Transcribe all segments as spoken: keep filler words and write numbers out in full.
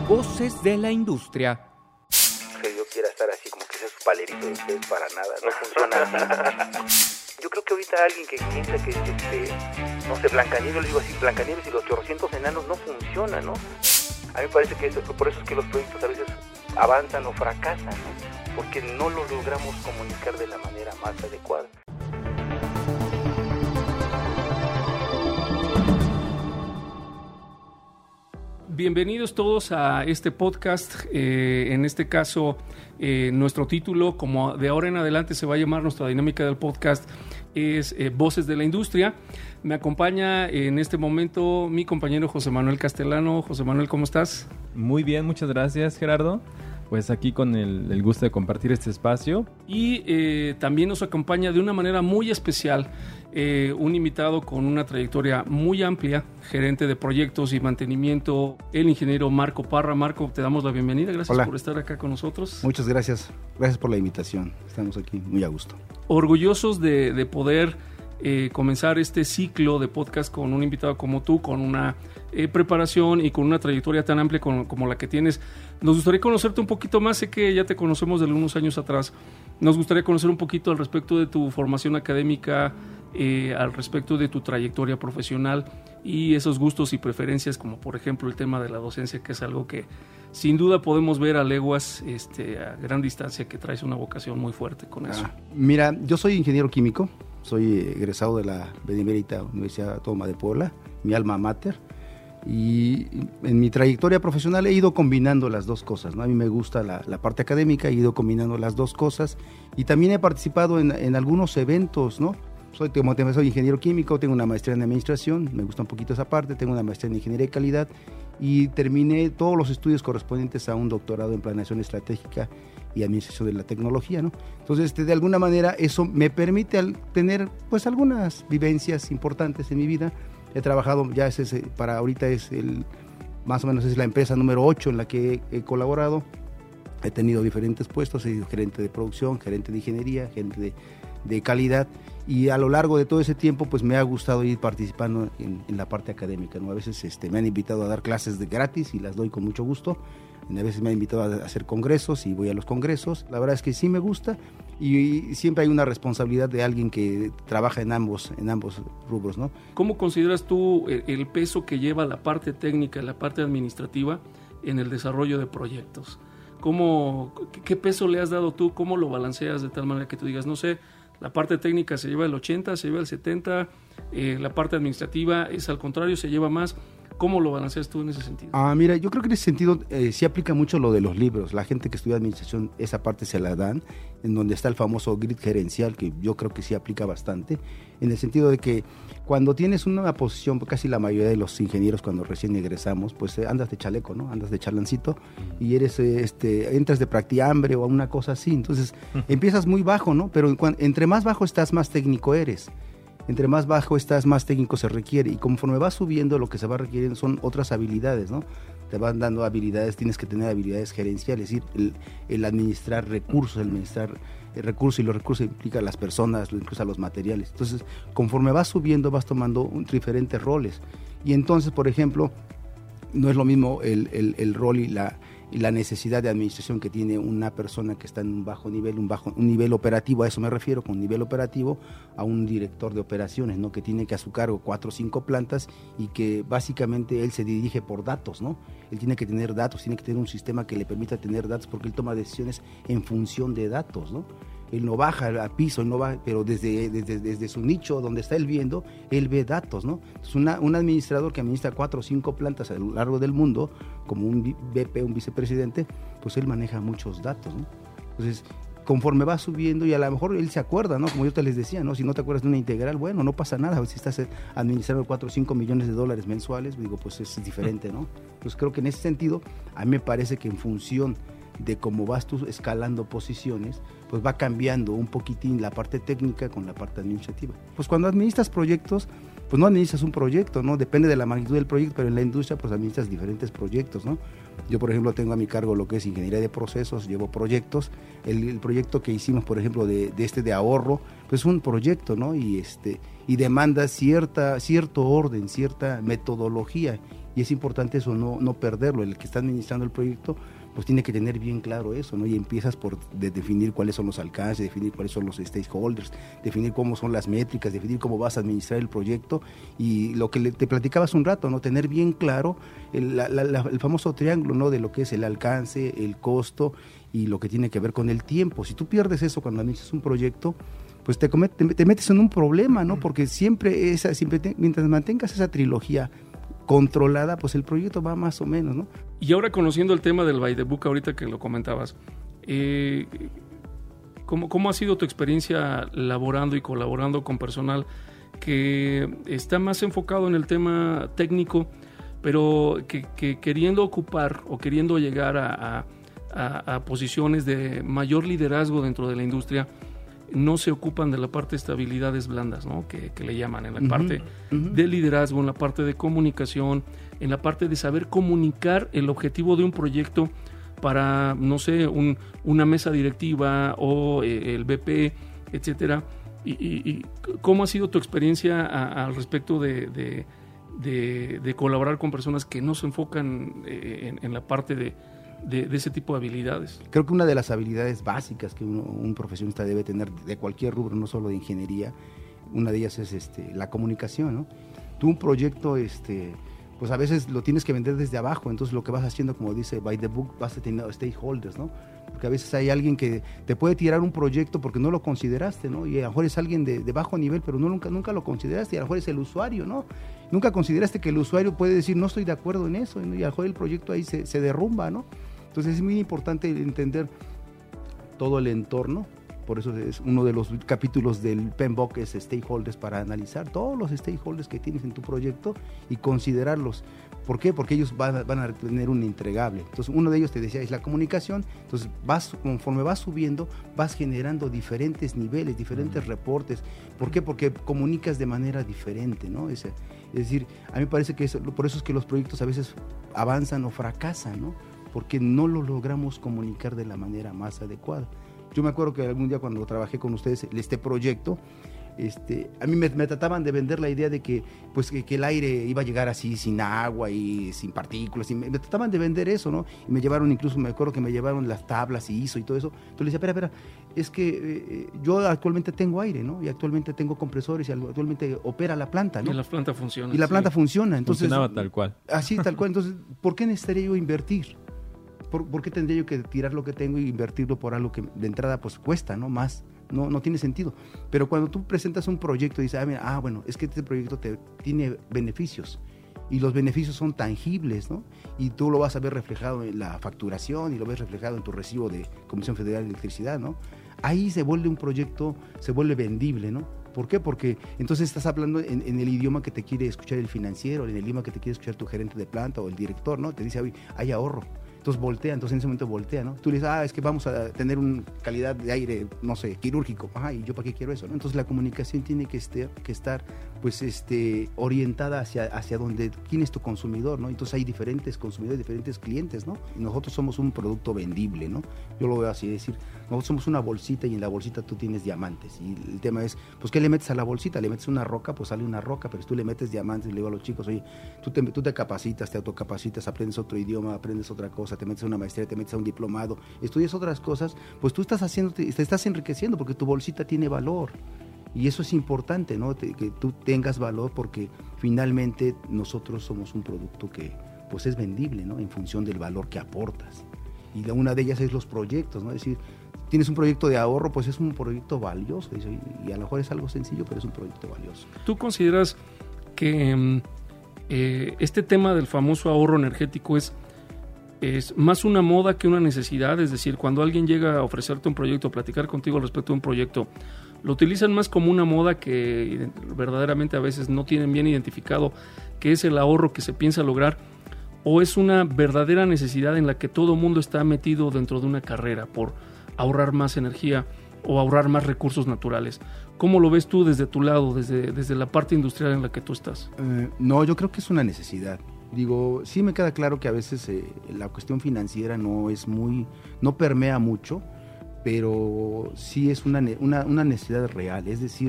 Voces de la industria. Que yo quiera estar así como que sea su palerito de ustedes para nada, no funciona así. Yo creo que ahorita alguien que piensa que este, no sé, Blancanieves, le digo así, Blancanieves y los ochocientos enanos no funciona, ¿no? A mí me parece que eso, por eso es que los proyectos a veces avanzan o fracasan, ¿no? Porque no lo logramos comunicar de la manera más adecuada. Bienvenidos todos a este podcast. Eh, en este caso, eh, nuestro título, como de ahora en adelante se va a llamar nuestra dinámica del podcast, es eh, Voces de la Industria. Me acompaña en este momento mi compañero José Manuel Castellano. José Manuel, ¿cómo estás? Muy bien, muchas gracias, Gerardo. Pues aquí con el, el gusto de compartir este espacio. Y eh, también nos acompaña de una manera muy especial eh, un invitado con una trayectoria muy amplia, gerente de proyectos y mantenimiento, el ingeniero Marco Parra. Marco, te damos la bienvenida. Gracias Hola. por estar acá con nosotros. Muchas gracias. Gracias por la invitación. Estamos aquí muy a gusto. Orgullosos de, de poder eh, comenzar este ciclo de podcast con un invitado como tú, con una eh, preparación y con una trayectoria tan amplia como, como la que tienes. Nos gustaría conocerte un poquito más. Sé que ya te conocemos de algunos años atrás. Nos gustaría conocer un poquito al respecto de tu formación académica, eh, al respecto de tu trayectoria profesional y esos gustos y preferencias, como por ejemplo el tema de la docencia, que es algo que sin duda podemos ver a leguas, este, a gran distancia, que traes una vocación muy fuerte con eso. Ah, mira, yo soy ingeniero químico. Soy egresado de la Benemérita Universidad Autónoma de Puebla, mi alma mater. Y en mi trayectoria profesional he ido combinando las dos cosas, ¿no? A mí me gusta la, la parte académica, he ido combinando las dos cosas y también he participado en, en algunos eventos, ¿no? Soy, como te soy ingeniero químico, tengo una maestría en administración, me gusta un poquito esa parte, tengo una maestría en ingeniería de calidad y terminé todos los estudios correspondientes a un doctorado en planeación estratégica y administración de la tecnología, ¿no? Entonces, este, de alguna manera eso me permite al tener pues algunas vivencias importantes en mi vida. He trabajado, ya es ese, para ahorita es el, más o menos es la empresa número ocho en la que he, he colaborado. He tenido diferentes puestos, he sido gerente de producción, gerente de ingeniería, gerente de, de calidad, y a lo largo de todo ese tiempo pues me ha gustado ir participando en, en la parte académica, ¿no? A veces este, me han invitado a dar clases de gratis y las doy con mucho gusto. A veces me han invitado a hacer congresos y voy a los congresos. La verdad es que sí me gusta y siempre hay una responsabilidad de alguien que trabaja en ambos, en ambos rubros, ¿no? ¿Cómo consideras tú el peso que lleva la parte técnica, la parte administrativa en el desarrollo de proyectos? ¿Cómo, ¿Qué peso le has dado tú? ¿Cómo lo balanceas de tal manera que tú digas, no sé, la parte técnica se lleva el ochenta, se lleva el setenta, eh, la parte administrativa es al contrario, se lleva más? ¿Cómo lo balanceas tú en ese sentido? Ah, mira, yo creo que en ese sentido eh, sí aplica mucho lo de los libros. La gente que estudia administración, esa parte se la dan, en donde está el famoso grid gerencial, que yo creo que sí aplica bastante, en el sentido de que cuando tienes una posición, casi la mayoría de los ingenieros cuando recién egresamos, pues eh, andas de chaleco, ¿no? Andas de charlancito y eres, eh, este, entras de practihambre o una cosa así. Entonces empiezas muy bajo, ¿no? Pero cuando, entre más bajo estás, más técnico eres. Entre más bajo estás, más técnico se requiere, y conforme vas subiendo lo que se va requiriendo son otras habilidades, ¿no? Te van dando habilidades, tienes que tener habilidades gerenciales, es decir, el, el administrar recursos, el administrar el recurso, y los recursos implican las personas, incluso los materiales. Entonces, conforme vas subiendo, vas tomando un, diferentes roles, y entonces, por ejemplo, no es lo mismo el, el, el rol y la, y la necesidad de administración que tiene una persona que está en un bajo nivel, un bajo un nivel operativo, a eso me refiero, con nivel operativo, a un director de operaciones, ¿no? Que tiene que a su cargo cuatro o cinco plantas y que básicamente él se dirige por datos, ¿no? Él tiene que tener datos, tiene que tener un sistema que le permita tener datos, porque él toma decisiones en función de datos, ¿no? Él no baja al piso, él no baja, pero desde, desde, desde su nicho donde está él viendo, él ve datos, ¿no? Entonces una, un administrador que administra cuatro o cinco plantas a lo largo del mundo, como un V P, un vicepresidente, pues él maneja muchos datos, ¿no? Entonces, conforme va subiendo, y a lo mejor él se acuerda, ¿no? Como yo te les decía, ¿no? Si no te acuerdas de una integral, bueno, no pasa nada. Si estás administrando cuatro o cinco millones de dólares mensuales, digo, pues es diferente, ¿no? Pues creo que en ese sentido, a mí me parece que en función de cómo vas tú escalando posiciones, pues va cambiando un poquitín la parte técnica con la parte administrativa. Pues cuando administras proyectos, pues no administras un proyecto, ¿no? Depende de la magnitud del proyecto, pero en la industria pues administras diferentes proyectos, ¿no? Yo, por ejemplo, tengo a mi cargo lo que es ingeniería de procesos, llevo proyectos. El, el proyecto que hicimos, por ejemplo, de, de este de ahorro, pues es un proyecto, ¿no? Y este y demanda cierta cierto orden, cierta metodología. y es importante eso, no, no perderlo. El que está administrando el proyecto pues tiene que tener bien claro eso, ¿no? Y empiezas por de definir cuáles son los alcances, definir cuáles son los stakeholders, definir cómo son las métricas, definir cómo vas a administrar el proyecto, y lo que le, te platicaba hace un rato, ¿no? Tener bien claro el, la, la, la, el famoso triángulo, ¿no? De lo que es el alcance, el costo y lo que tiene que ver con el tiempo. Si tú pierdes eso cuando administras un proyecto, pues te, comet, te, te metes en un problema, ¿no? Porque siempre, esa, siempre te, mientras mantengas esa trilogía controlada, pues el proyecto va más o menos, ¿no? Y ahora, conociendo el tema del by the book, ahorita que lo comentabas, eh, ¿cómo, ¿cómo ha sido tu experiencia laborando y colaborando con personal que está más enfocado en el tema técnico, pero que, que queriendo ocupar o queriendo llegar a, a, a posiciones de mayor liderazgo dentro de la industria, no se ocupan de la parte de estabilidades blandas, ¿no? que, que le llaman, en la uh-huh, parte uh-huh. de liderazgo, en la parte de comunicación, en la parte de saber comunicar el objetivo de un proyecto para, no sé, un, una mesa directiva o eh, el B P, etcétera. Y, y, y ¿cómo ha sido tu experiencia a, al respecto de, de, de, de colaborar con personas que no se enfocan eh, en, en la parte de De, de ese tipo de habilidades? Creo que una de las habilidades básicas que uno, un profesionista debe tener de cualquier rubro, no solo de ingeniería, una de ellas es este, la comunicación, ¿no? Tú un proyecto, este, pues a veces lo tienes que vender desde abajo, entonces lo que vas haciendo, como dice by the book, vas a tener stakeholders, ¿no? Porque a veces hay alguien que te puede tirar un proyecto porque no lo consideraste, ¿no? Y a lo mejor es alguien de, de bajo nivel, pero no, nunca, nunca lo consideraste, y a lo mejor es el usuario, ¿no? Nunca consideraste que el usuario puede decir, no estoy de acuerdo en eso, ¿no? Y a lo mejor el proyecto ahí se, se derrumba, ¿no? Entonces es muy importante entender todo el entorno, por eso es uno de los capítulos del P M B O K es stakeholders, para analizar todos los stakeholders que tienes en tu proyecto y considerarlos. ¿Por qué? Porque ellos van a, van a tener un entregable. Entonces uno de ellos, te decía, es la comunicación. Entonces vas, conforme vas subiendo, vas generando diferentes niveles, diferentes reportes. ¿Por qué? Porque comunicas de manera diferente, ¿no? Es, es decir, a mí me parece que eso, por eso es que los proyectos a veces avanzan o fracasan, ¿no? Porque no lo logramos comunicar de la manera más adecuada. Yo me acuerdo que algún día cuando trabajé con ustedes este proyecto, este, a mí me, me trataban de vender la idea de que, pues, que, que el aire iba a llegar así sin agua y sin partículas, y me, me trataban de vender eso, ¿no? Y me llevaron, incluso me acuerdo que me llevaron las tablas y I S O y todo eso. Entonces le decía, espera, espera, es que eh, yo actualmente tengo aire, ¿no? Y actualmente tengo compresores y actualmente opera la planta, ¿no? Y la planta funciona. Y la planta sí. funciona. Entonces, funcionaba tal cual. Así, tal cual. Entonces, ¿por qué necesitaría yo invertir? ¿Por, ¿Por qué tendría yo que tirar lo que tengo y invertirlo por algo que de entrada pues cuesta, ¿no? Más, no, no tiene sentido. Pero cuando tú presentas un proyecto y dices, ah, mira, ah, bueno, es que este proyecto te, tiene beneficios y los beneficios son tangibles, ¿no? Y tú lo vas a ver reflejado en la facturación y lo ves reflejado en tu recibo de Comisión Federal de Electricidad, ¿no? Ahí se vuelve un proyecto, se vuelve vendible, ¿no? ¿Por qué? Porque entonces estás hablando en, en el idioma que te quiere escuchar el financiero, en el idioma que te quiere escuchar tu gerente de planta o el director, ¿no? Te dice, oye, hay ahorro. Entonces voltea, entonces en ese momento voltea, ¿no? Tú le dices, ah, es que vamos a tener una calidad de aire, no sé, quirúrgico. Ajá, ¿y yo para qué quiero eso, no? Entonces la comunicación tiene que estar, que estar pues, este, orientada hacia, hacia donde, quién es tu consumidor, ¿no? Entonces hay diferentes consumidores, diferentes clientes, ¿no? Y nosotros somos un producto vendible, ¿no? Yo lo veo así, es decir, nosotros somos una bolsita y en la bolsita tú tienes diamantes. Y el tema es, pues, ¿qué le metes a la bolsita? Le metes una roca, pues sale una roca, pero si tú le metes diamantes, le digo a los chicos, oye, tú te, tú te capacitas, te autocapacitas, aprendes otro idioma, aprendes otra cosa, te metes a una maestría, te metes a un diplomado, estudias otras cosas, pues tú estás haciendo, te, te estás enriqueciendo porque tu bolsita tiene valor. Y eso es importante, ¿no? Te, que tú tengas valor porque finalmente nosotros somos un producto que pues es vendible, ¿no? En función del valor que aportas. Y la, una de ellas es los proyectos, ¿no? Es decir, tienes un proyecto de ahorro, pues es un proyecto valioso. Y a lo mejor es algo sencillo, pero es un proyecto valioso. ¿Tú consideras que eh, este tema del famoso ahorro energético es es más una moda que una necesidad? Es decir, cuando alguien llega a ofrecerte un proyecto, a platicar contigo respecto a un proyecto, lo utilizan más como una moda que verdaderamente a veces no tienen bien identificado qué es el ahorro que se piensa lograr, o es una verdadera necesidad en la que todo el mundo está metido dentro de una carrera por ahorrar más energía o ahorrar más recursos naturales? ¿Cómo lo ves tú desde tu lado, desde, desde la parte industrial en la que tú estás? Eh, no, yo creo que es una necesidad. Digo, sí me queda claro que a veces eh, la cuestión financiera no es muy, no permea mucho, pero sí es una, una, una necesidad real. Es decir,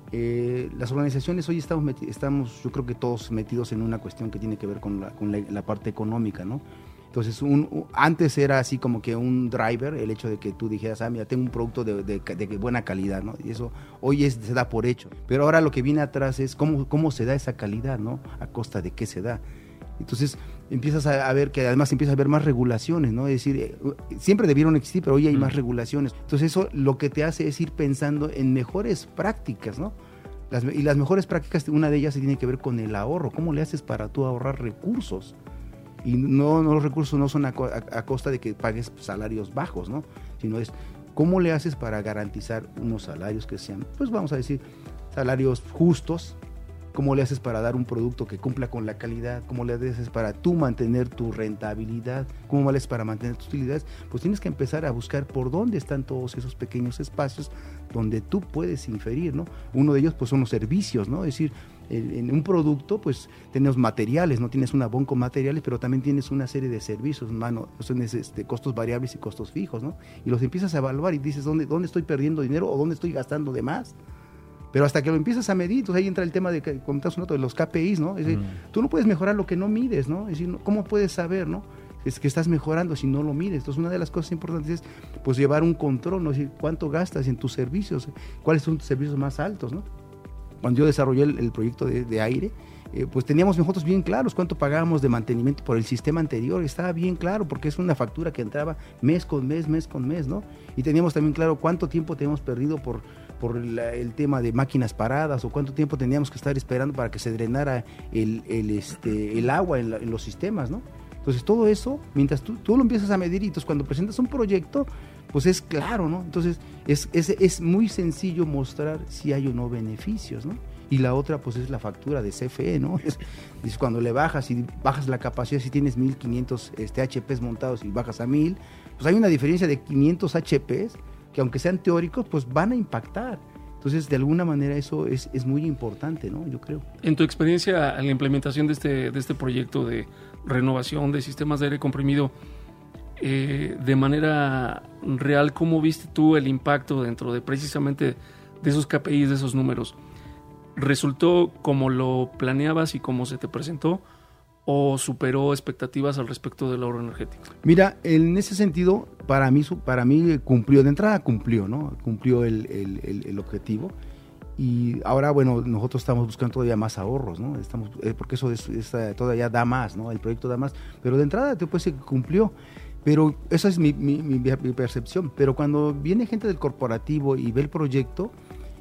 Eh, las organizaciones hoy estamos, meti- estamos, yo creo que todos metidos en una cuestión que tiene que ver con la, con la, la parte económica, ¿no? Entonces, un, un, antes era así como que un driver, el hecho de que tú dijeras, ah, mira, tengo un producto de, de, de buena calidad, ¿no? Y eso hoy es, se da por hecho. Pero ahora lo que viene atrás es cómo, cómo se da esa calidad, ¿no? A costa de qué se da. Entonces empiezas a, a ver que además empieza a haber más regulaciones, ¿no? Es decir, eh, siempre debieron existir, pero hoy hay más regulaciones. Entonces eso lo que te hace es ir pensando en mejores prácticas, ¿no? Las, y las mejores prácticas, una de ellas se tiene que ver con el ahorro. ¿Cómo le haces para tú ahorrar recursos? Y no, no los recursos no son a, a, a costa de que pagues salarios bajos, ¿no? Sino es cómo le haces para garantizar unos salarios que sean, pues vamos a decir, salarios justos. ¿Cómo le haces para dar un producto que cumpla con la calidad? ¿Cómo le haces para tú mantener tu rentabilidad? ¿Cómo le haces para mantener tus utilidades? Pues tienes que empezar a buscar por dónde están todos esos pequeños espacios donde tú puedes inferir, ¿no? Uno de ellos pues son los servicios, ¿no? Es decir, en un producto pues tenemos materiales, no tienes una bonco materiales, pero también tienes una serie de servicios, mano, son este, costos variables y costos fijos, ¿no? Y los empiezas a evaluar y dices, ¿dónde, dónde estoy perdiendo dinero o dónde estoy gastando de más? Pero hasta que lo empiezas a medir, entonces ahí entra el tema de que comentas un otro de los K P Is, ¿no? Es decir, mm. tú no puedes mejorar lo que no mides, ¿no? Es decir, ¿cómo puedes saber, ¿no? Es que estás mejorando si no lo mides. Entonces, una de las cosas importantes es, pues, llevar un control, ¿no? Es decir, ¿cuánto gastas en tus servicios? ¿Cuáles son tus servicios más altos, ¿no? Cuando yo desarrollé el, el proyecto de, de aire, eh, pues teníamos nosotros bien claros cuánto pagábamos de mantenimiento por el sistema anterior. Estaba bien claro porque es una factura que entraba mes con mes, mes con mes, ¿no? Y teníamos también claro cuánto tiempo teníamos perdido por por la, el tema de máquinas paradas o cuánto tiempo teníamos que estar esperando para que se drenara el, el, este, el agua en, la, en los sistemas, ¿no? Entonces todo eso, mientras tú, tú lo empiezas a medir y entonces cuando presentas un proyecto, pues es claro, ¿no? Entonces es, es, es muy sencillo mostrar si hay o no beneficios, ¿no? Y la otra pues es la factura de C F E, ¿no? Es, es cuando le bajas y bajas la capacidad, si tienes mil quinientos este, H Pes montados y bajas a mil, pues hay una diferencia de quinientos H Pes que aunque sean teóricos, pues van a impactar. Entonces, de alguna manera eso es, es muy importante, ¿no? Yo creo. En tu experiencia en la implementación de este, de este proyecto de renovación de sistemas de aire comprimido, eh, de manera real, ¿cómo viste tú el impacto dentro de precisamente de esos K P Is, de esos números? ¿Resultó como lo planeabas y como se te presentó? ¿O superó expectativas al respecto del ahorro energético? Mira, en ese sentido, para mí, para mí cumplió, de entrada cumplió, ¿no? Cumplió el, el, el, el objetivo. Y ahora, bueno, nosotros estamos buscando todavía más ahorros, ¿no? Estamos, porque eso es, es, todavía da más, ¿no? El proyecto da más. Pero de entrada, te puede decir que cumplió. Pero esa es mi, mi, mi, mi percepción. Pero cuando viene gente del corporativo y ve el proyecto,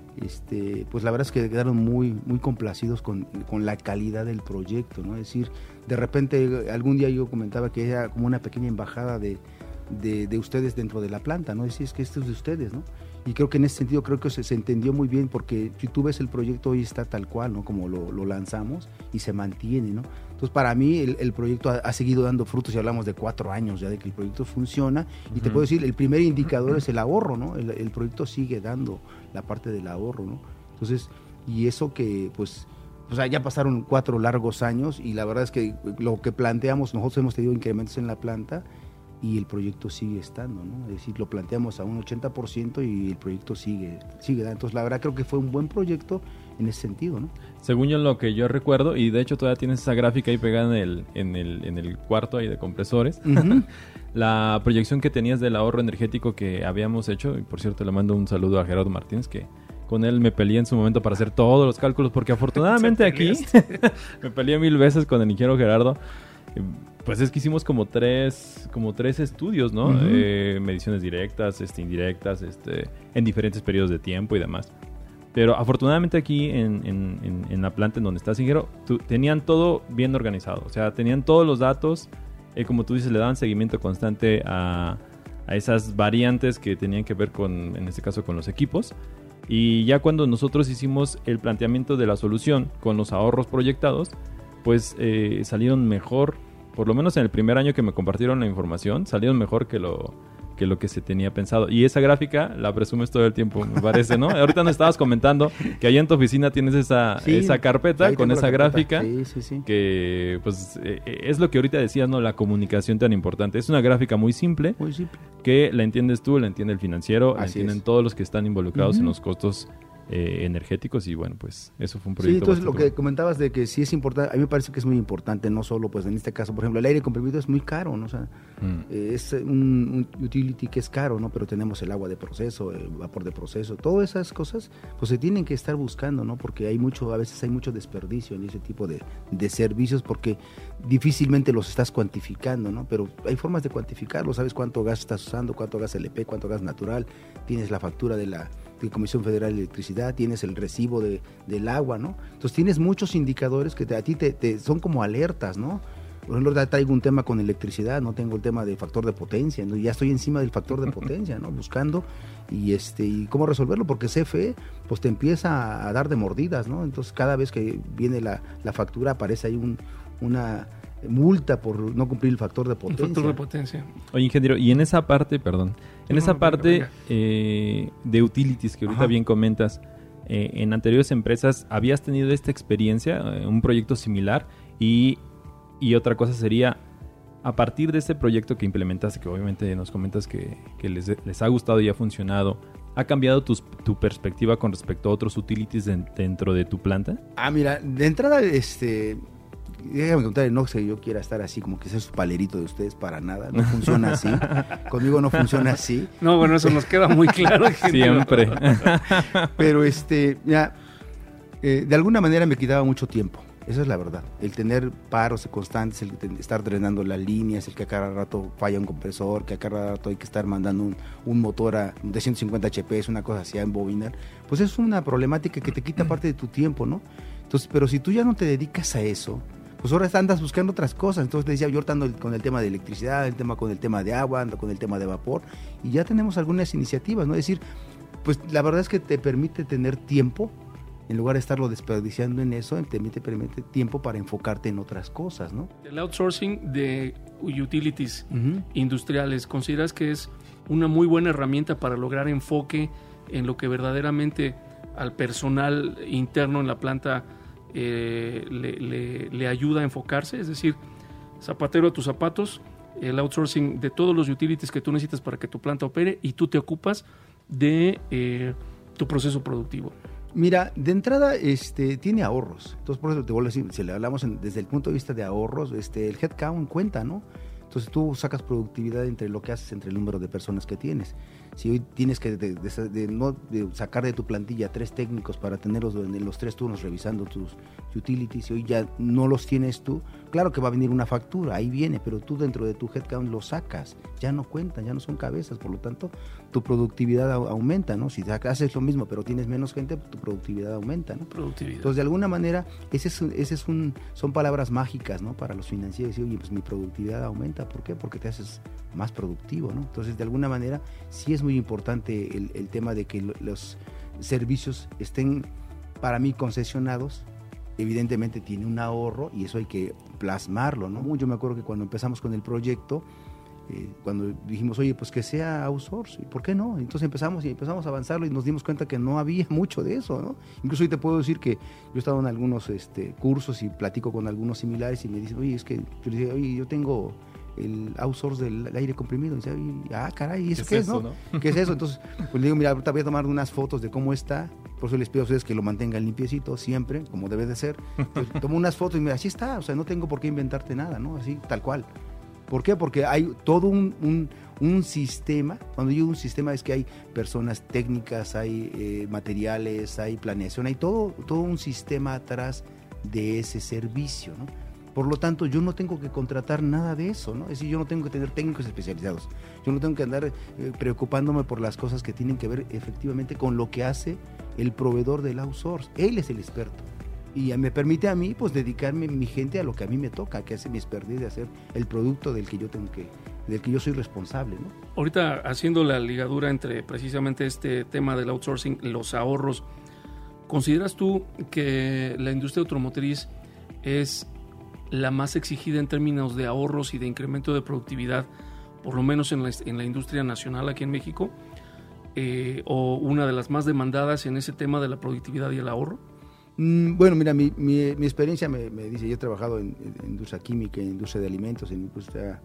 este, pues la verdad es que quedaron muy, muy complacidos con, con la calidad del proyecto, ¿no? Es decir, de repente algún día yo comentaba que era como una pequeña embajada de, de, de ustedes dentro de la planta, ¿no? Es decir, es que esto es de ustedes, ¿no? Y creo que en ese sentido creo que se, se entendió muy bien porque si tú ves el proyecto hoy está tal cual, ¿no? Como lo, lo lanzamos y se mantiene, ¿no? Entonces para mí el, el proyecto ha, ha seguido dando frutos y hablamos de cuatro años ya de que el proyecto funciona y uh-huh. te puedo decir, el primer indicador es el ahorro, ¿no? El, el proyecto sigue dando la parte del ahorro, ¿no? Entonces, y eso que pues... O sea, ya pasaron cuatro largos años y la verdad es que lo que planteamos, nosotros hemos tenido incrementos en la planta y el proyecto sigue estando, ¿no? Es decir, lo planteamos a un ochenta por ciento y el proyecto sigue, sigue dando. Entonces, la verdad creo que fue un buen proyecto en ese sentido, ¿no? Según yo, lo que yo recuerdo, y de hecho todavía tienes esa gráfica ahí pegada en el, en el, en el cuarto ahí de compresores, uh-huh. la proyección que tenías del ahorro energético que habíamos hecho, y por cierto le mando un saludo a Gerardo Martínez, que con él me peleé en su momento para hacer todos los cálculos, porque afortunadamente aquí me peleé mil veces con el ingeniero Gerardo. Pues es que hicimos como tres, como tres estudios, ¿no? Uh-huh. Eh, mediciones directas, este, indirectas, este, en diferentes periodos de tiempo y demás. Pero afortunadamente aquí en, en, en, en la planta en donde estás, ingeniero, tu, tenían todo bien organizado. O sea, tenían todos los datos, eh, como tú dices, le daban seguimiento constante a, a esas variantes que tenían que ver con, en este caso, con los equipos. Y ya cuando nosotros hicimos el planteamiento de la solución con los ahorros proyectados, pues eh, salieron mejor, por lo menos en el primer año que me compartieron la información, salieron mejor que lo que lo que se tenía pensado. Y esa gráfica la presumes todo el tiempo, me parece, ¿no? Ahorita nos estabas comentando que allá en tu oficina tienes esa, sí, esa carpeta con esa gráfica, sí, sí, sí. que pues eh, es lo que ahorita decías, ¿no? La comunicación tan importante. Es una gráfica muy simple, muy simple. que la entiendes tú, la entiende el financiero, Así la entienden es. todos los que están involucrados uh-huh. en los costos eh, energéticos y bueno, pues eso fue un proyecto. Sí, entonces lo bastante que comentabas de que sí es importante, a mí me parece que es muy importante, no solo pues en este caso, por ejemplo, el aire comprimido es muy caro, ¿no? O sea, Mm. eh, es un, un utility que es caro, ¿no? Pero tenemos el agua de proceso, el vapor de proceso, todas esas cosas pues se tienen que estar buscando, ¿no? Porque hay mucho, a veces hay mucho desperdicio en ese tipo de, de servicios porque difícilmente los estás cuantificando, ¿no? Pero hay formas de cuantificarlo, sabes cuánto gas estás usando, cuánto gas L P, cuánto gas natural, tienes la factura de la de Comisión Federal de Electricidad, tienes el recibo de, del agua, ¿no? Entonces tienes muchos indicadores que te, a ti te, te son como alertas, ¿no? Por ejemplo, ya traigo un tema con electricidad, no tengo el tema de factor de potencia, ¿no? Ya estoy encima del factor de potencia, ¿no? Buscando y este y cómo resolverlo, porque C F E pues te empieza a dar de mordidas, ¿no? Entonces cada vez que viene la, la factura aparece ahí un, una multa por no cumplir el factor de potencia. El factor de potencia. Oye, ingeniero, y en esa parte, perdón, en No, esa no, parte venga. eh, de utilities que ahorita Ajá. bien comentas, eh, en anteriores empresas, ¿habías tenido esta experiencia, eh, un proyecto similar? Y, y otra cosa sería, a partir de este proyecto que implementaste, que obviamente nos comentas que, que les, les ha gustado y ha funcionado, ¿ha cambiado tus, tu perspectiva con respecto a otros utilities de- dentro de tu planta? Ah, mira, de entrada, este, déjame contar, no sé, yo quiera estar así como que sea su palerito de ustedes para nada, no funciona así, conmigo no funciona así, No, bueno, eso nos queda muy claro. ingeniero. Siempre. pero este, ya, eh, de alguna manera me quitaba mucho tiempo, esa es la verdad, el tener paros constantes, el ten- estar drenando las líneas, el que a cada rato falla un compresor, que a cada rato hay que estar mandando un, un motor a, de ciento cincuenta H P, es una cosa así a embobinar, pues es una problemática que te quita parte de tu tiempo, ¿no? Entonces, pero si tú ya no te dedicas a eso, pues ahora andas buscando otras cosas. Entonces te decía, yo ahorita ando con el tema de electricidad, el tema con el tema de agua, ando con el tema de vapor, y ya tenemos algunas iniciativas, ¿no? Es decir, pues la verdad es que te permite tener tiempo, en lugar de estarlo desperdiciando en eso, te permite, permite tiempo para enfocarte en otras cosas, ¿no? El outsourcing de utilities Uh-huh. industriales, ¿consideras que es una muy buena herramienta para lograr enfoque en lo que verdaderamente al personal interno en la planta eh, le, le- le ayuda a enfocarse? Es decir, zapatero a tus zapatos, el outsourcing de todos los utilities que tú necesitas para que tu planta opere y tú te ocupas de eh, tu proceso productivo. Mira, de entrada este, tiene ahorros. Entonces, por eso te vuelvo a decir, si le hablamos en- desde el punto de vista de ahorros, este, el headcount cuenta, ¿no? Entonces tú sacas productividad entre lo que haces, entre el número de personas que tienes. Si hoy tienes que de, de- de no, de sacar de tu plantilla tres técnicos para tenerlos en los tres turnos revisando tus utilities, y hoy ya no los tienes tú, claro que va a venir una factura, ahí viene, pero tú dentro de tu headcount lo sacas, ya no cuentan, ya no son cabezas, por lo tanto tu productividad a- aumenta, ¿no? Si haces lo mismo pero tienes menos gente, tu productividad aumenta, ¿no? Productividad. Entonces, de alguna manera, ese es, un- ese es un, son palabras mágicas, ¿no? Para los financieros. Decir, oye, pues mi productividad aumenta. ¿Por qué? Porque te haces más productivo, ¿no? Entonces, de alguna manera, sí es muy importante el, el tema de que lo- los servicios estén, para mí, concesionados. Evidentemente tiene un ahorro y eso hay que plasmarlo, ¿no? Yo me acuerdo que cuando empezamos con el proyecto, eh, cuando dijimos, oye, pues que sea outsource, ¿por qué no? Entonces empezamos y empezamos a avanzarlo y nos dimos cuenta que no había mucho de eso, ¿no? Incluso hoy te puedo decir que yo he estado en algunos este, cursos y platico con algunos similares y me dicen, oye, es que yo les digo, oye, yo tengo el outsource del aire comprimido. Y dice, "Oye, ah, caray, ¿y eso qué, es, no? ¿Qué es eso? Entonces, pues le digo, mira, ahorita voy a tomar unas fotos de cómo está. Por eso les pido a ustedes que lo mantengan limpiecito siempre, como debe de ser. Pues, tomo unas fotos y mira, así está. O sea, no tengo por qué inventarte nada, ¿no? Así, tal cual. ¿Por qué? Porque hay todo un, un, un sistema. Cuando digo un sistema es que hay personas técnicas, hay eh, materiales, hay planeación, hay todo, todo un sistema atrás de ese servicio, ¿no? Por lo tanto, yo no tengo que contratar nada de eso, ¿no? Es decir, yo no tengo que tener técnicos especializados. Yo no tengo que andar eh, preocupándome por las cosas que tienen que ver efectivamente con lo que hace el proveedor del outsource. Él es el experto. Y me permite a mí, pues, dedicarme mi gente a lo que a mí me toca, que hace mi expertise de hacer el producto del que yo tengo que, del que yo soy responsable, ¿no? Ahorita haciendo la ligadura entre precisamente este tema del outsourcing, los ahorros, ¿consideras tú que la industria automotriz es la más exigida en términos de ahorros y de incremento de productividad, por lo menos en la, en la industria nacional aquí en México, eh, o una de las más demandadas en ese tema de la productividad y el ahorro? Mm, bueno, mira, mi, mi, mi experiencia me, me dice, yo he trabajado en, en industria química, en industria de alimentos, en industria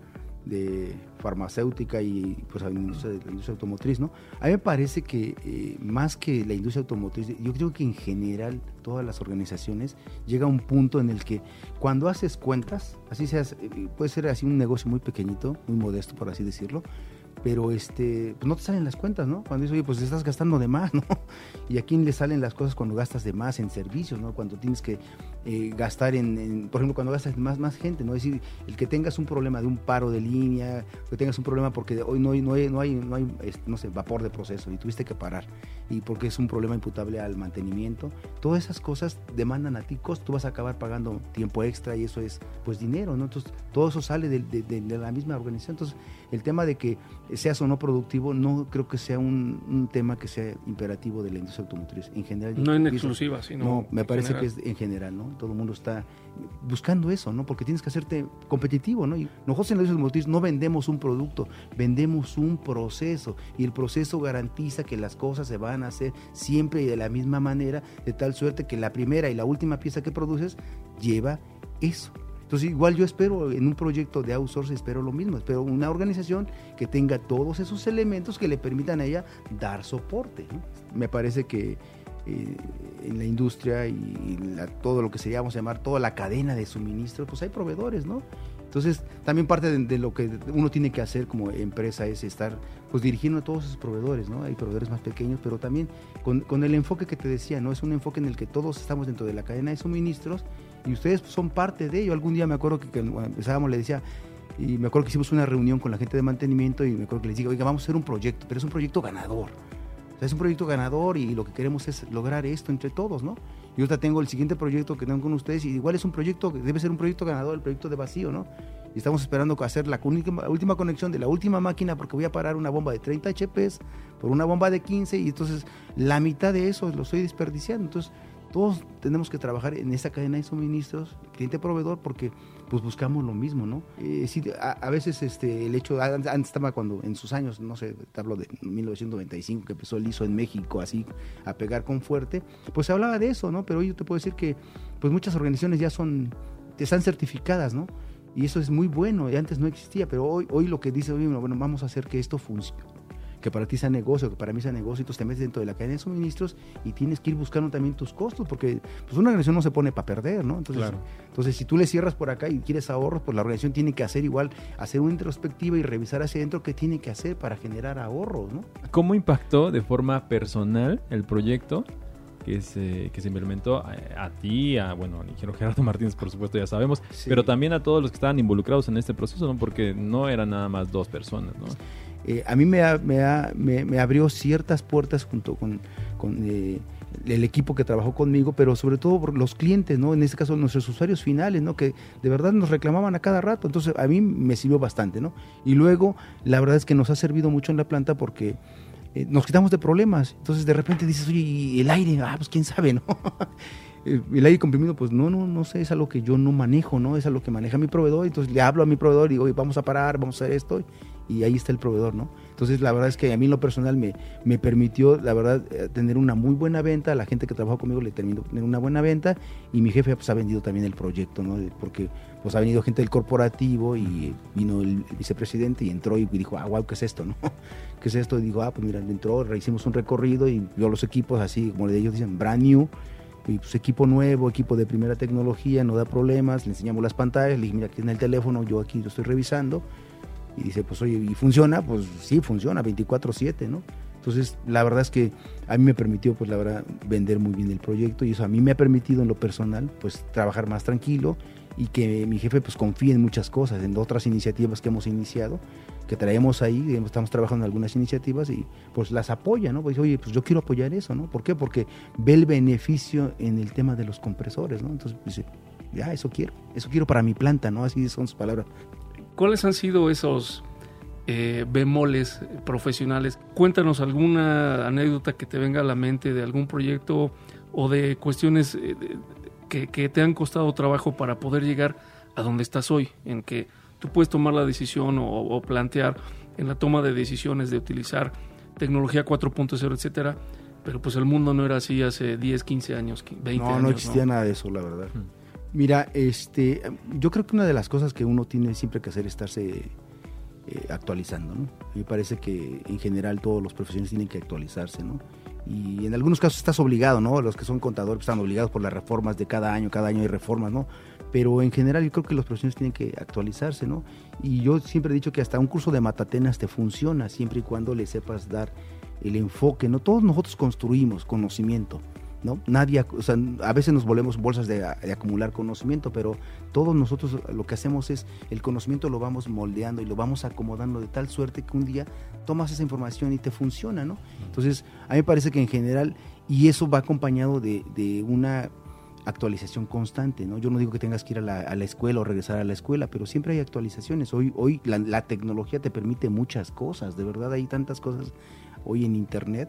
de farmacéutica y pues a la industria, la industria automotriz, ¿no? A mí me parece que eh, más que la industria automotriz, yo creo que en general todas las organizaciones llega a un punto en el que cuando haces cuentas, así seas, eh, puede ser así un negocio muy pequeñito, muy modesto por así decirlo, pero este, pues no te salen las cuentas, ¿no? Cuando dices, oye, pues estás gastando de más, ¿no? Y a quién le salen las cosas cuando gastas de más en servicios, ¿no? Cuando tienes que eh, gastar en, en, por ejemplo, cuando gastas más, más gente, ¿no? Es decir, el que tengas un problema de un paro de línea, que tengas un problema porque hoy no hay, no hay, no hay, no hay no sé, vapor de proceso y tuviste que parar, y porque es un problema imputable al mantenimiento, todas esas cosas demandan a ti costo, tú vas a acabar pagando tiempo extra y eso es, pues, dinero, ¿no? Entonces, todo eso sale de, de, de, de la misma organización. Entonces, el tema de que seas o no productivo, no creo que sea un, un tema que sea imperativo de la industria automotriz. En general. No en exclusiva, sino. No, me parece general. que es en general, ¿no? Todo el mundo está buscando eso, ¿no? Porque tienes que hacerte competitivo, ¿no? Y nosotros en la industria automotriz no vendemos un producto, vendemos un proceso. Y el proceso garantiza que las cosas se van a hacer siempre y de la misma manera, de tal suerte que la primera y la última pieza que produces lleva eso. Entonces, igual yo espero en un proyecto de outsourcing, espero lo mismo, espero una organización que tenga todos esos elementos que le permitan a ella dar soporte, ¿no? Me parece que eh, en la industria y la, todo lo que se llama, llamar toda la cadena de suministro, pues hay proveedores, ¿no? Entonces, también parte de, de lo que uno tiene que hacer como empresa es estar, pues, dirigiendo a todos esos proveedores, ¿no? Hay proveedores más pequeños, pero también con, con el enfoque que te decía, ¿no? Es un enfoque en el que todos estamos dentro de la cadena de suministros y ustedes son parte de ello. Algún día me acuerdo que, que cuando empezábamos le decía, y me acuerdo que hicimos una reunión con la gente de mantenimiento y me acuerdo que les dije, oiga, vamos a hacer un proyecto, pero es un proyecto ganador. O sea, es un proyecto ganador y lo que queremos es lograr esto entre todos, ¿no? Y ahorita tengo el siguiente proyecto que tengo con ustedes y igual es un proyecto, debe ser un proyecto ganador, el proyecto de vacío, ¿no? Y estamos esperando hacer la última, última conexión de la última máquina porque voy a parar una bomba de treinta H P por una bomba de quince y entonces la mitad de eso lo estoy desperdiciando. Entonces, todos tenemos que trabajar en esa cadena de suministros, cliente-proveedor, porque pues buscamos lo mismo, ¿no? Eh, sí, a, a veces este, el hecho, antes estaba cuando en sus años, no sé, te hablo de mil novecientos noventa y cinco, que empezó el I S O en México así a pegar con fuerte, pues se hablaba de eso, ¿no? Pero hoy yo te puedo decir que pues muchas organizaciones ya son, están certificadas, ¿no? Y eso es muy bueno, y antes no existía, pero hoy, hoy lo que dice, bueno, vamos a hacer que esto funcione, que para ti sea negocio, que para mí sea negocio, entonces te metes dentro de la cadena de suministros y tienes que ir buscando también tus costos, porque pues una organización no se pone para perder, ¿no? Entonces, claro. entonces, si tú le cierras por acá y quieres ahorros, pues la organización tiene que hacer igual, hacer una introspectiva y revisar hacia adentro qué tiene que hacer para generar ahorros, ¿no? ¿Cómo impactó de forma personal el proyecto que se, que se implementó a, a ti, a, bueno, al ingeniero Gerardo Martínez, por supuesto, ya sabemos, sí, pero también a todos los que estaban involucrados en este proceso, ¿no? Porque no eran nada más dos personas, ¿no? Eh, a mí me, ha, me, ha, me, me abrió ciertas puertas junto con, con eh, el equipo que trabajó conmigo, pero sobre todo por los clientes, ¿no? En este caso nuestros usuarios finales, ¿no? Que de verdad nos reclamaban a cada rato, entonces a mí me sirvió bastante, ¿no? Y luego la verdad es que nos ha servido mucho en la planta porque eh, nos quitamos de problemas, entonces de repente dices, oye, ¿y el aire? Ah, pues quién sabe, ¿no? El aire comprimido, pues no, no, no sé, es algo que yo no manejo, ¿no? Es algo que maneja mi proveedor, entonces le hablo a mi proveedor y digo, oye, vamos a parar, vamos a hacer esto, y ahí está el proveedor, ¿no? Entonces la verdad es que a mí en lo personal me, me permitió, la verdad, tener una muy buena venta, a la gente que trabajó conmigo le terminó tener una buena venta, y mi jefe pues ha vendido también el proyecto, ¿no? Porque pues ha venido gente del corporativo y vino el, el vicepresidente y entró y dijo, ah, wow, ¿qué es esto, no? ¿Qué es esto? Y digo, ah, pues mira, entró, hicimos un recorrido y vio los equipos así, como ellos dicen, brand new, y pues equipo nuevo, equipo de primera tecnología, no da problemas, le enseñamos las pantallas, le dije, mira, aquí en el teléfono, yo aquí lo estoy revisando, y dice, pues oye, ¿y funciona? Pues sí, funciona, veinticuatro siete, ¿no? Entonces, la verdad es que a mí me permitió, pues la verdad, vender muy bien el proyecto, y eso a mí me ha permitido en lo personal, pues trabajar más tranquilo, y que mi jefe pues confíe en muchas cosas, en otras iniciativas que hemos iniciado, que traemos ahí, estamos trabajando en algunas iniciativas y pues las apoya, ¿no? Pues oye, pues yo quiero apoyar eso, ¿no? ¿Por qué? Porque ve el beneficio en el tema de los compresores, ¿no? Entonces dice, ya, eso quiero, eso quiero para mi planta, ¿no? Así son sus palabras. ¿Cuáles han sido esos eh, bemoles profesionales? Cuéntanos alguna anécdota que te venga a la mente de algún proyecto o de cuestiones eh, de, que, que te han costado trabajo para poder llegar a donde estás hoy, en que tú puedes tomar la decisión o, o plantear en la toma de decisiones de utilizar tecnología cuatro punto cero, etcétera, pero pues el mundo no era así hace diez, quince años, veinte no, años. No, no existía nada de eso, la verdad. Hmm. Mira, este, yo creo que una de las cosas que uno tiene siempre que hacer es estarse eh, actualizando, ¿no? Me parece que en general todos los profesionales tienen que actualizarse, ¿no? Y en algunos casos estás obligado, ¿no? Los que son contadores están obligados por las reformas de cada año, cada año hay reformas, ¿no? Pero en general yo creo que los profesionales tienen que actualizarse, ¿no? Y yo siempre he dicho que hasta un curso de matatenas te funciona, siempre y cuando le sepas dar el enfoque, ¿no? Todos nosotros construimos conocimiento, ¿no? Nadie, o sea, a veces nos volvemos bolsas de, de acumular conocimiento, pero todos nosotros lo que hacemos es, el conocimiento lo vamos moldeando y lo vamos acomodando de tal suerte que un día tomas esa información y te funciona, ¿no? Entonces, a mí me parece que en general, y eso va acompañado de, de una actualización constante, ¿no? Yo no digo que tengas que ir a la, a la escuela o regresar a la escuela, pero siempre hay actualizaciones. Hoy, hoy la, la tecnología te permite muchas cosas, de verdad hay tantas cosas hoy en internet,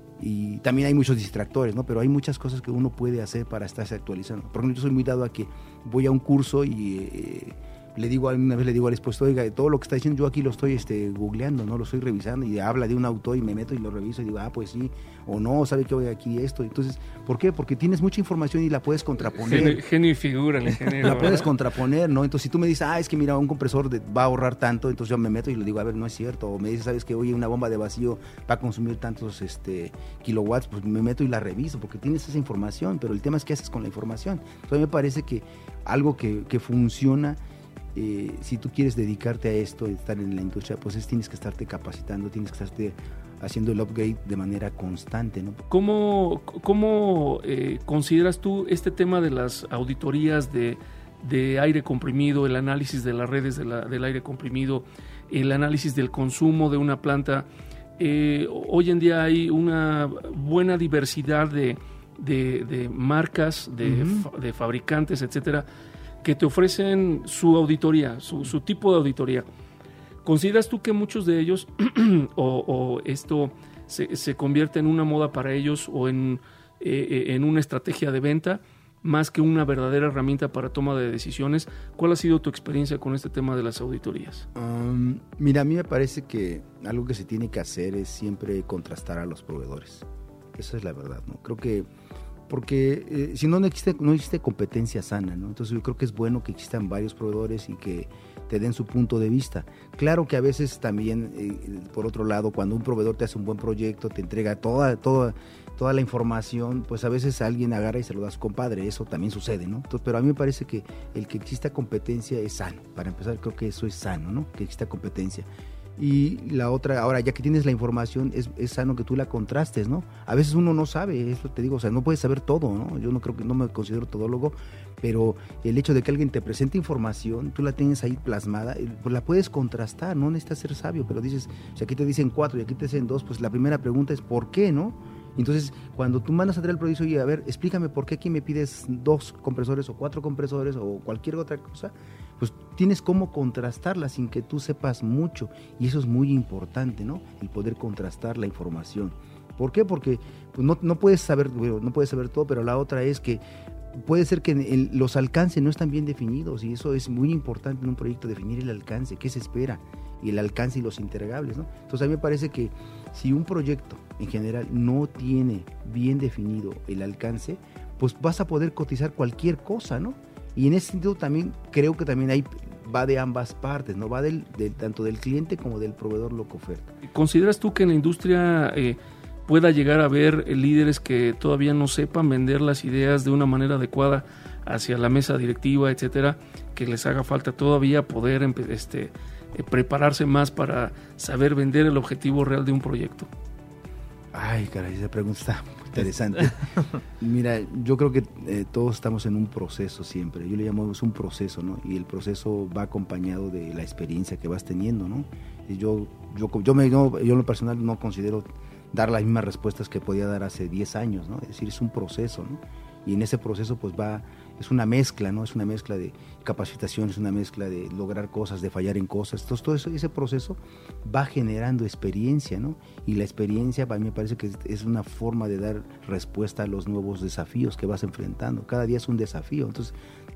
y también hay muchos distractores, ¿no? Pero hay muchas cosas que uno puede hacer para estarse actualizando. Por ejemplo, yo soy muy dado a que voy a un curso y eh, le digo, una vez le digo al expuesto, oiga, todo lo que está diciendo yo aquí lo estoy este, googleando, ¿no? Lo estoy revisando, y habla de un autor y me meto y lo reviso y digo, ah, pues sí, o no, ¿sabe qué voy aquí esto? Entonces, ¿por qué? Porque tienes mucha información y la puedes contraponer. Genio, genio y figura, le genero, la puedes ¿verdad? contraponer, ¿no? Entonces, si tú me dices, ah, es que mira, un compresor de, va a ahorrar tanto, entonces yo me meto y le digo, a ver, no es cierto. O me dices, ¿sabes qué? Oye, una bomba de vacío va a consumir tantos este, kilowatts, pues me meto y la reviso, porque tienes esa información, pero el tema es qué haces con la información. Entonces, me parece que algo que, que funciona, eh, si tú quieres dedicarte a esto, estar en la industria, pues es, tienes que estarte capacitando, tienes que estarte haciendo el upgrade de manera constante, ¿no? ¿Cómo, cómo eh, consideras tú este tema de las auditorías de, de aire comprimido, el análisis de las redes de la, del aire comprimido, el análisis del consumo de una planta? Eh, hoy en día hay una buena diversidad de, de, de marcas, de, uh-huh. fa, de fabricantes, etcétera, que te ofrecen su auditoría, su, su tipo de auditoría. ¿Consideras tú que muchos de ellos o, o esto se, se convierte en una moda para ellos o en, eh, en una estrategia de venta más que una verdadera herramienta para toma de decisiones? ¿Cuál ha sido tu experiencia con este tema de las auditorías? Um, mira, a mí me parece que algo que se tiene que hacer es siempre contrastar a los proveedores. Esa es la verdad, ¿no? Creo que porque eh, si no, no existe, no existe competencia sana, ¿no? Entonces yo creo que es bueno que existan varios proveedores y que te den su punto de vista. Claro que a veces también, eh, por otro lado, cuando un proveedor te hace un buen proyecto, te entrega toda, toda, toda la información, pues a veces alguien agarra y se lo da a su compadre, eso también sucede, ¿no? Entonces, pero a mí me parece que el que exista competencia es sano. Para empezar, creo que eso es sano, ¿no? Que exista competencia. Y la otra, ahora ya que tienes la información, es, es sano que tú la contrastes, ¿no? A veces uno no sabe, eso te digo, o sea, no puedes saber todo, ¿no? Yo no creo que, no me considero todólogo, pero el hecho de que alguien te presente información, tú la tienes ahí plasmada, pues la puedes contrastar, no necesitas ser sabio, pero dices, si aquí te dicen cuatro y aquí te dicen dos, pues la primera pregunta es ¿por qué, no? Entonces, cuando tú mandas a traer el producto y a ver, explícame por qué aquí me pides dos compresores o cuatro compresores o cualquier otra cosa, pues tienes cómo contrastarla sin que tú sepas mucho, y eso es muy importante, ¿no? El poder contrastar la información. ¿Por qué? Porque pues, no, no puedes saber, no puedes saber todo, pero la otra es que puede ser que el, los alcances no están bien definidos, y eso es muy importante en un proyecto, definir el alcance, qué se espera, y el alcance y los entregables, ¿no? Entonces a mí me parece que si un proyecto en general no tiene bien definido el alcance, pues vas a poder cotizar cualquier cosa, ¿no? Y en ese sentido también creo que también hay, va de ambas partes, ¿no? Va del, del, tanto del cliente como del proveedor lo que oferta. ¿Consideras tú que en la industria eh, pueda llegar a haber eh, líderes que todavía no sepan vender las ideas de una manera adecuada hacia la mesa directiva, etcétera, que les haga falta todavía poder este, eh, prepararse más para saber vender el objetivo real de un proyecto? Ay, caray, esa pregunta está muy interesante. Mira, yo creo que eh, todos estamos en un proceso siempre. Yo le llamo es un proceso, ¿no? Y el proceso va acompañado de la experiencia que vas teniendo, ¿no? Y yo, yo, yo, me, yo, yo en lo personal no considero dar las mismas respuestas que podía dar hace diez años, ¿no? Es decir, es un proceso, ¿no? Y en ese proceso pues va, es una mezcla, ¿no? Es una mezcla de capacitación, es una mezcla de lograr cosas, de fallar en cosas. Entonces todo eso, ese proceso va generando experiencia, ¿no? Y la experiencia para mí me parece que es una forma de dar respuesta a los nuevos desafíos que vas enfrentando. Cada día es un desafío. Entonces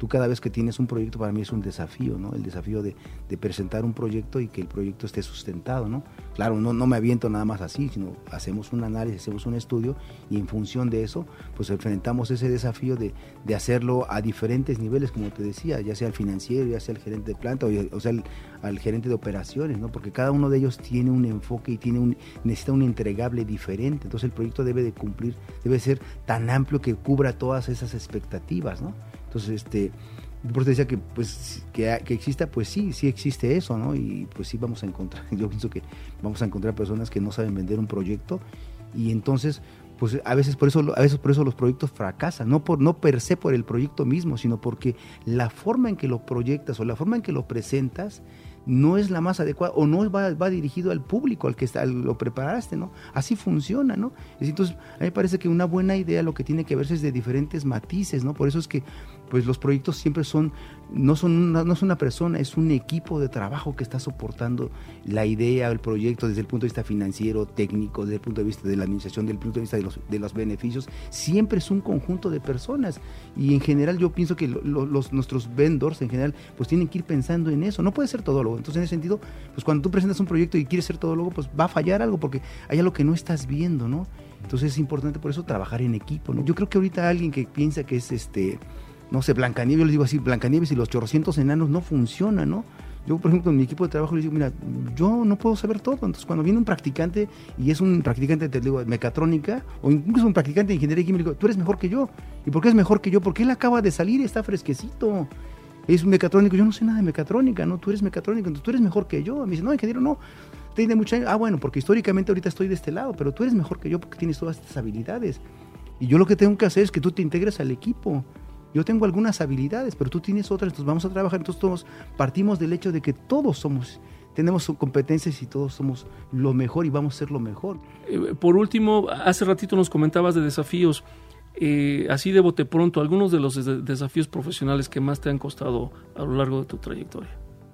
Tú cada vez que tienes un proyecto, para mí es un desafío, ¿no? El desafío de, de presentar un proyecto y que el proyecto esté sustentado, ¿no? Claro, no, no me aviento nada más así, sino hacemos un análisis, hacemos un estudio y en función de eso, pues enfrentamos ese desafío de, de hacerlo a diferentes niveles, como te decía, ya sea el financiero, ya sea el gerente de planta, o, o sea, el, al gerente de operaciones, ¿no? Porque cada uno de ellos tiene un enfoque y tiene un, necesita un entregable diferente, entonces el proyecto debe de cumplir, debe ser tan amplio que cubra todas esas expectativas, ¿no? Entonces, este, por eso decía que, pues, que, que exista, pues sí, sí existe eso, ¿no? Y pues sí vamos a encontrar, yo pienso que vamos a encontrar personas que no saben vender un proyecto y entonces, pues a veces por eso, a veces por eso los proyectos fracasan, no por, no per se por el proyecto mismo, sino porque la forma en que lo proyectas o la forma en que lo presentas no es la más adecuada o no va, va dirigido al público al que está, al, lo preparaste, ¿no? Así funciona, ¿no? Entonces, a mí me parece que una buena idea lo que tiene que verse es de diferentes matices, ¿no? Por eso es que pues los proyectos siempre son, no son una, no es una persona, es un equipo de trabajo que está soportando la idea, el proyecto desde el punto de vista financiero, técnico, desde el punto de vista de la administración, desde el punto de vista de los, de los beneficios. Siempre es un conjunto de personas y en general yo pienso que lo, lo, los, nuestros vendors en general pues tienen que ir pensando en eso. No puede ser todólogo. Entonces en ese sentido, pues cuando tú presentas un proyecto y quieres ser todólogo, pues va a fallar algo porque hay algo que no estás viendo, ¿no? Entonces es importante por eso trabajar en equipo, ¿no? Yo creo que ahorita alguien que piensa que es este... no sé, Blancanieves, yo les digo así, Blancanieves y los chorrocientos enanos no funciona, ¿no? Yo, por ejemplo, en mi equipo de trabajo les digo, mira, yo no puedo saber todo. Entonces, cuando viene un practicante y es un practicante, te digo, de mecatrónica, o incluso un practicante de ingeniería química, tú eres mejor que yo. ¿Y por qué es mejor que yo? Porque él acaba de salir y está fresquecito. Es un mecatrónico, yo no sé nada de mecatrónica, ¿no? Tú eres mecatrónico, entonces tú eres mejor que yo. Me dice, no, ingeniero, no. Tiene muchos años. Ah, bueno, porque históricamente ahorita estoy de este lado, pero tú eres mejor que yo porque tienes todas estas habilidades. Y yo lo que tengo que hacer es que tú te integres al equipo. Yo tengo algunas habilidades, pero tú tienes otras, entonces vamos a trabajar. Entonces todos partimos del hecho de que todos somos, tenemos competencias y todos somos lo mejor y vamos a ser lo mejor. Eh, por último, hace ratito nos comentabas de desafíos. Eh, así de bote pronto, algunos de los des- desafíos profesionales que más te han costado a lo largo de tu trayectoria.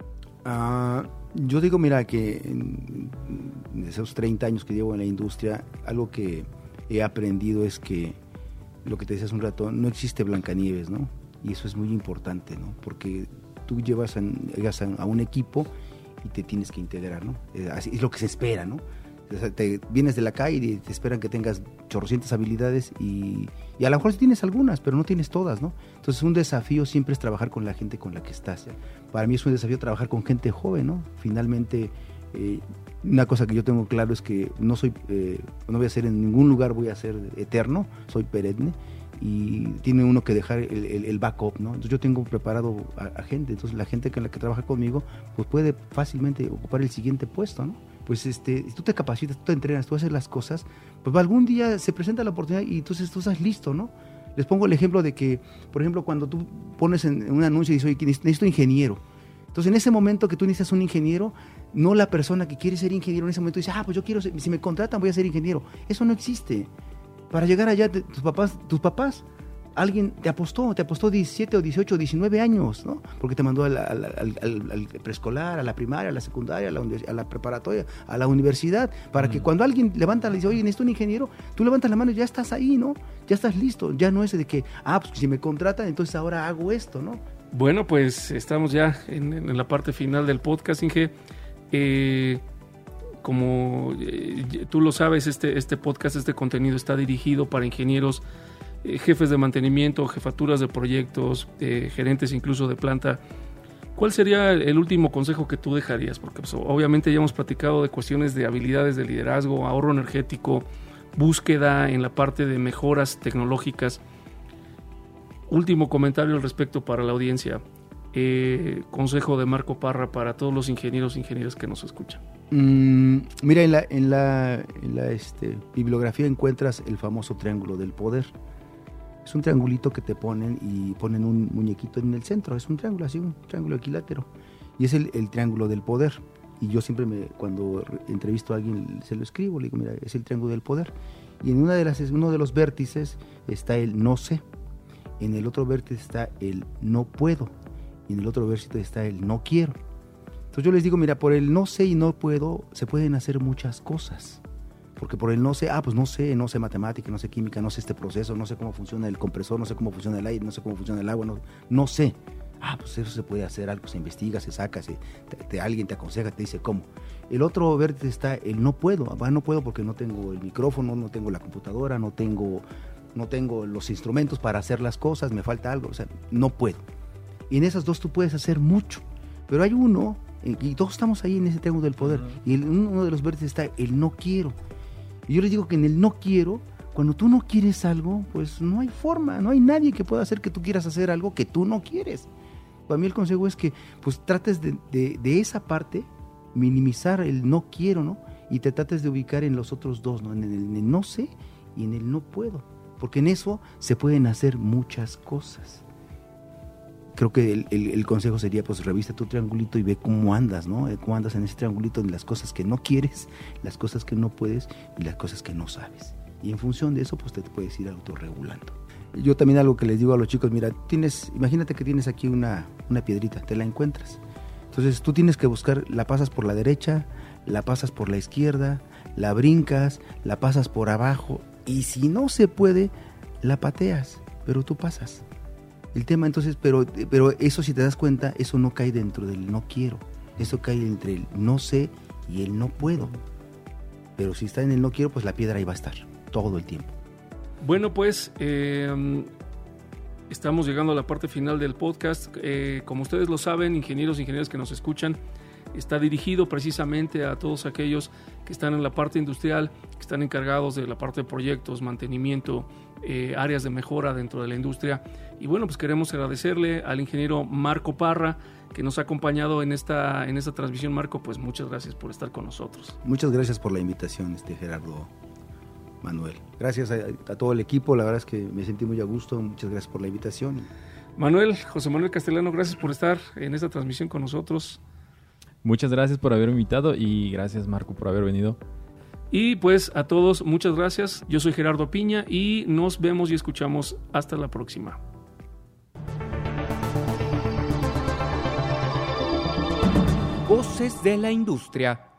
Uh, yo digo, mira, que en, en esos treinta años que llevo en la industria, algo que he aprendido es que lo que te decía hace un rato, no existe Blancanieves, ¿no? Y eso es muy importante, ¿no? Porque tú llevas a, llegas a, a un equipo y te tienes que integrar, ¿no? Es, así, es lo que se espera, ¿no? O sea, te vienes de la calle y te esperan que tengas chorrocientas habilidades y, y a lo mejor sí tienes algunas, pero no tienes todas, ¿no? Entonces un desafío siempre es trabajar con la gente con la que estás. ¿Ya? Para mí es un desafío trabajar con gente joven, ¿no? Finalmente, eh, una cosa que yo tengo claro es que no soy, eh, no voy a ser en ningún lugar, voy a ser eterno, soy perenne y tiene uno que dejar el, el, el backup, ¿no? Entonces yo tengo preparado a, a gente, entonces la gente con la que trabaja conmigo pues puede fácilmente ocupar el siguiente puesto, ¿no? Pues este, si tú te capacitas, tú te entrenas, tú haces las cosas, pues algún día se presenta la oportunidad y entonces tú estás listo, ¿no? Les pongo el ejemplo de que, por ejemplo, cuando tú pones en un anuncio y dices, oye, necesito ingeniero. Entonces, en ese momento que tú necesitas un ingeniero, no la persona que quiere ser ingeniero en ese momento dice, ah, pues yo quiero ser, si me contratan voy a ser ingeniero. Eso no existe. Para llegar allá, tus papás, tus papás, alguien te apostó, te apostó diecisiete o dieciocho o diecinueve años, ¿no? Porque te mandó al, al, al, al, al preescolar, a la primaria, a la secundaria, a la, a la preparatoria, a la universidad, para mm. que cuando alguien levanta y dice, oye, necesito un ingeniero, tú levantas la mano y ya estás ahí, ¿no? Ya estás listo, ya no es de que, ah, pues si me contratan, entonces ahora hago esto, ¿no? Bueno, pues estamos ya en, en la parte final del podcast, Inge. Eh, como eh, tú lo sabes, este, este podcast, este contenido está dirigido para ingenieros, eh, jefes de mantenimiento, jefaturas de proyectos, eh, gerentes incluso de planta. ¿Cuál sería el último consejo que tú dejarías? Porque pues, obviamente ya hemos platicado de cuestiones de habilidades de liderazgo, ahorro energético, búsqueda en la parte de mejoras tecnológicas. Último comentario al respecto para la audiencia. Eh, consejo de Marco Parra para todos los ingenieros e ingenieras que nos escuchan. Mm, mira, en la, en la, en la este, bibliografía encuentras el famoso triángulo del poder. Es un triangulito que te ponen y ponen un muñequito en el centro. Es un triángulo, así, un triángulo equilátero. Y es el, el triángulo del poder. Y yo siempre, me, cuando entrevisto a alguien, se lo escribo. Le digo, mira, es el triángulo del poder. Y en una de las, uno de los vértices está el no sé. En el otro vértice está el no puedo. Y en el otro vértice está el no quiero. Entonces yo les digo, mira, por el no sé y no puedo se pueden hacer muchas cosas. Porque por el no sé, ah, pues no sé, no sé matemática, no sé química, no sé este proceso, no sé cómo funciona el compresor, no sé cómo funciona el aire, no sé cómo funciona el agua, no, no sé. Ah, pues eso se puede hacer, algo se investiga, se saca, se, te, te, alguien te aconseja, te dice cómo. El otro vértice está el no puedo, ah, no puedo porque no tengo el micrófono, no tengo la computadora, no tengo, no tengo los instrumentos para hacer las cosas, me falta algo, o sea, no puedo. Y en esas dos tú puedes hacer mucho, pero hay uno, y todos estamos ahí en ese triángulo del poder, uh-huh. y el, uno de los vértices está el no quiero. Y yo les digo que en el no quiero, cuando tú no quieres algo, pues no hay forma, no hay nadie que pueda hacer que tú quieras hacer algo que tú no quieres. Para mí el consejo es que pues trates de, de, de esa parte, minimizar el no quiero, ¿no? Y te trates de ubicar en los otros dos, ¿no? En el, en el no sé y en el no puedo. Porque en eso se pueden hacer muchas cosas. Creo que el, el, el consejo sería, pues revisa tu triangulito y ve cómo andas, ¿no? Cómo andas en ese triangulito, en las cosas que no quieres, las cosas que no puedes y las cosas que no sabes. Y en función de eso, pues te puedes ir autorregulando. Yo también algo que les digo a los chicos, mira, tienes, imagínate que tienes aquí una, una piedrita, te la encuentras. Entonces tú tienes que buscar, la pasas por la derecha, la pasas por la izquierda, la brincas, la pasas por abajo y si no se puede, la pateas, pero tú pasas. El tema entonces, pero, pero eso si te das cuenta, eso no cae dentro del no quiero, eso cae entre el no sé y el no puedo. Pero si está en el no quiero, pues la piedra ahí va a estar todo el tiempo. Bueno, pues eh, estamos llegando a la parte final del podcast. Eh, como ustedes lo saben, ingenieros e ingenieras que nos escuchan, está dirigido precisamente a todos aquellos que están en la parte industrial, que están encargados de la parte de proyectos, mantenimiento, eh, áreas de mejora dentro de la industria. Y bueno, pues queremos agradecerle al ingeniero Marco Parra, que nos ha acompañado en esta, en esta transmisión. Marco, pues muchas gracias por estar con nosotros. Muchas gracias por la invitación, este Gerardo, Manuel. Gracias a, a todo el equipo, la verdad es que me sentí muy a gusto, muchas gracias por la invitación. Manuel, José Manuel Castellano, gracias por estar en esta transmisión con nosotros. Muchas gracias por haberme invitado y gracias, Marco, por haber venido. Y pues a todos, muchas gracias. Yo soy Gerardo Piña y nos vemos y escuchamos hasta la próxima. Voces de la industria.